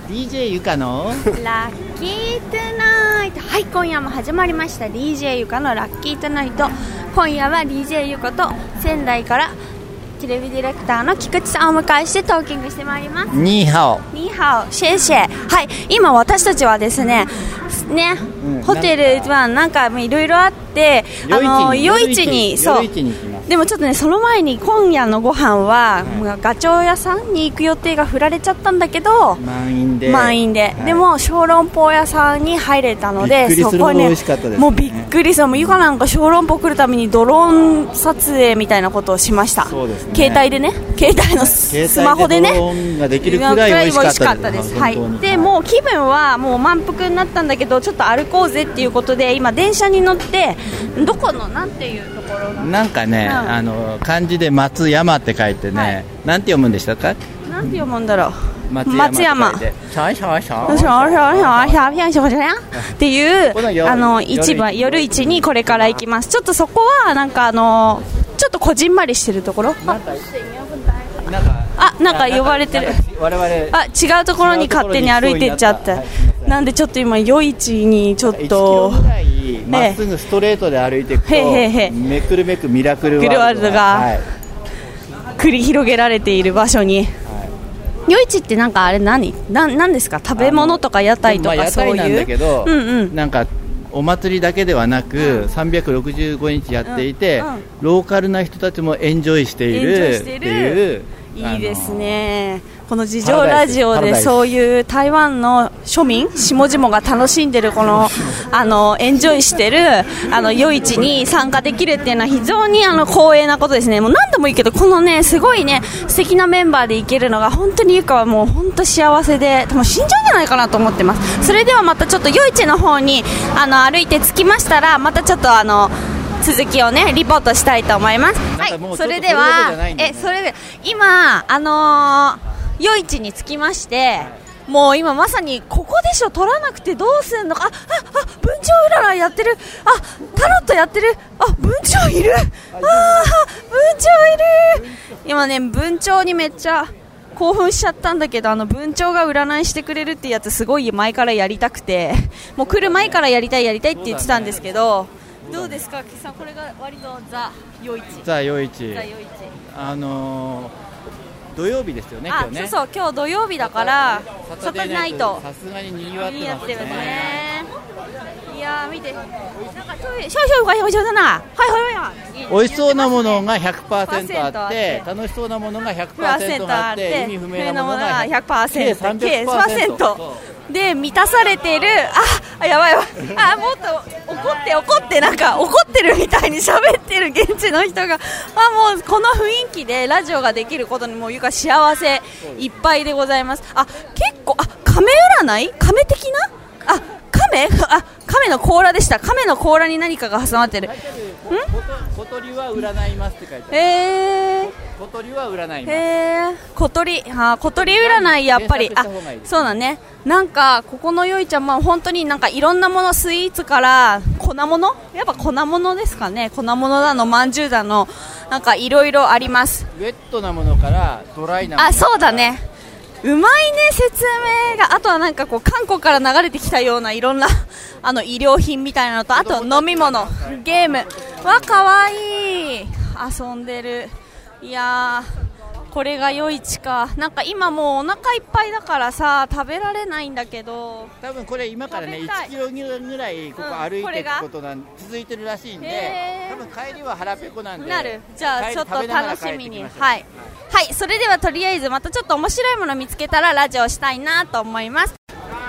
DJ ゆかのラッキートゥナイト。はい、今夜も始まりました DJ ゆかのラッキートゥナイト。今夜は DJ ゆかと仙台からテレビディレクターの菊池さんをお迎えしてトーキングしてまいります。 ニーハオ。 ニーハオ、シェイシェイ。はい、今私たちはですね、ホテルはなんかいろいろあって、夜市にそう。でもちょっとね、その前に今夜のご飯は、ガチョウ屋さんに行く予定が振られちゃったんだけど、 満員で、 はい、でも小籠包屋さんに入れたので、 そこに、ね、 もうびっくりした。もうゆかなんか小籠包来るためにドローン撮影みたいなことをしました。 そうですね、 携帯でね、携帯のスマホでね、 ドローンができるくらい美味しかったです。 はい、でもう気分はもう満腹になったんだけど、ちょっと歩こうぜっていうことで今電車に乗って、どこのなんていうところなんかね、漢字で松山って書いてね、はい、なんて読むんでしたか？ なんて読むんだろう。 松山っていう市場、夜市にこれから行きます。ちょっとそこはなんかちょっとこじんまりしてるところ。なんか呼ばれてる。違うところに勝手に歩いてっちゃって、なんでちょっと今夜市にちょっとまっすぐストレートで歩いていくとめくるめくミラクルワールドが繰り広げられている場所に、夜市ってなんかあれなんですか？食べ物とか屋台とかそういう、 屋台なんだけど、なんかお祭りだけではなく、365日やっていて、ローカルな人たちもエンジョイしているっていう。 いいですね。この事情ラジオでそういう台湾の庶民下々が楽しんでるこのエンジョイしてる夜市に参加できるっていうのは非常に光栄なことですね。もう何度も言うけど、このねすごいね素敵なメンバーで行けるのが本当にゆかはもう本当幸せで、もう死んじゃうんじゃないかなと思ってます。それではまたちょっと夜市の方に歩いて着きましたら、またちょっと続きをねリポートしたいと思います。はい、それではそれで今夜市に着きまして、もう今まさにここでしょ、取らなくてどうすんのか。文鳥占いやってる。タロットやってる。文鳥いる。文鳥いる。今ね文鳥にめっちゃ興奮しちゃったんだけど、文鳥が占いしてくれるってやつすごい前からやりたくて、もう来る前からやりたいって言ってたんですけど、どうですか、さん、これが割とザ・夜市。 土曜日ですよね、今日ね。 そう、今日土曜日だからサタデーナイトさすがに賑わってますね。 いやー見て、なんか美味しそうなものが 100% あって、楽しそうなものが 100% あって、意味不明なものが 100%、計 300% で満たされている。やばい、もっと怒ってなんか怒ってるみたいに喋ってる現地の人が、もうこの雰囲気でラジオができることにもうゆか幸せいっぱいでございます。結構亀占い、亀的な亀の甲羅でした。亀の甲羅に何かが挟まってる。 小鳥は占いますって書いてある。小鳥は占います。 小鳥占い、やっぱりそうだね。なんかここのよいちゃんも本当になんかいろんなもの、スイーツから粉物、やっぱ粉物ですかね。粉物だのまんじゅうだの、なんかいろいろあります。 ウェットなものからドライなもの。 そうだね。うまいね、説明が。あとはなんかこう韓国から流れてきたようないろんな衣料品みたいなのと、あと飲み物、ゲームかわいい。遊んでる。いやー、これが夜市か。なんか今もうお腹いっぱいだからさ食べられないんだけど、 多分これ今からね1キロぐらいここ歩いていくこと続いてるらしいんで、多分帰りは腹ペコなんで、 じゃあちょっと楽しみに。はい、それではとりあえずまたちょっと面白いもの見つけたらラジオしたいなと思います。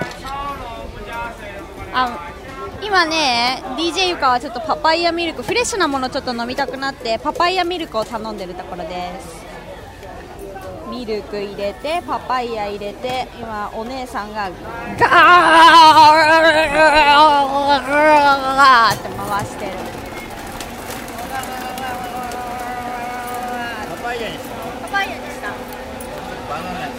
今ね DJ ゆかはちょっとパパイヤミルク、フレッシュなものちょっと飲みたくなってパパイヤミルクを頼んでるところです。ミルク入れてパパイヤ入れて、今お姉さんがガーって回してる。 パパイヤにした。バナナにした。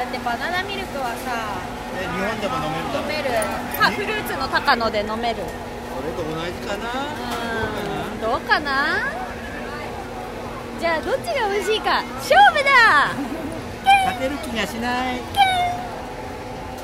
だってバナナミルクはさ、 日本でも飲めるだろ。 フルーツの高野で飲める。 これと同じかな。 どうかな。じゃあどっちが美味しいか勝負だ。 勝てる気がしない。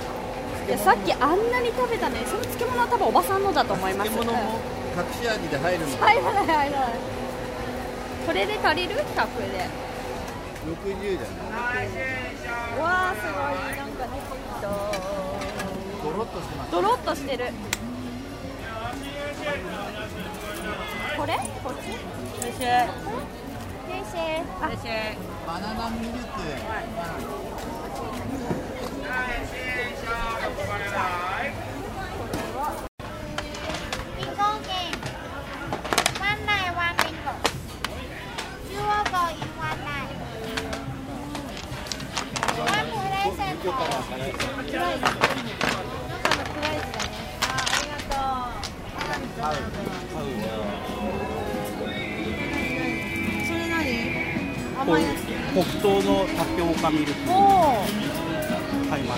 いやさっきあんなに食べたね。その漬物は多分おばさんのだと思います。 漬物も隠し味で入るのか。 入らない入らない。これで足りる？100で。 60じゃない。 わあすごい、なんか出てきた。 ドロッとしてます。 ドロッとしてる。これ？こっち？おいしい。 バナナミルク。 甘いやつ。黒糖のタピオカミルク買いました。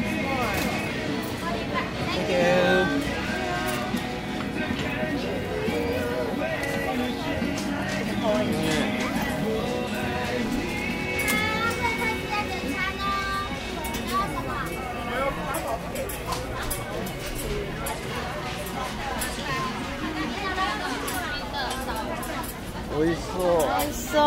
美味しそう。 美味しそう。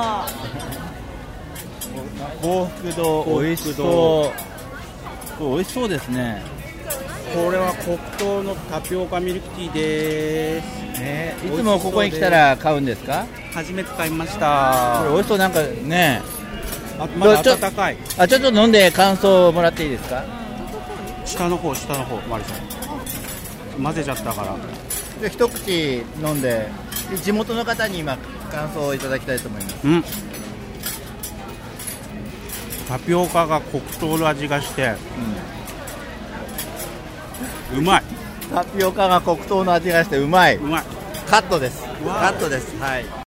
幸福堂美味しそう。これ美味しそうですね。 これは黒糖のタピオカミルクティーです。 いつもここに来たら買うんですか？ 初めて買いました。 これ美味しそう。なんかね、 まだ温かい。 ちょっと飲んで感想をもらっていいですか？ 下の方マリさん混ぜちゃったから。 で一口飲んで、地元の方に今感想をいただきたいと思います。 タピオカが黒糖の味がして、うまい。 タピオカが黒糖の味がしてうまい。 うまい。 カットです。カットです。はい。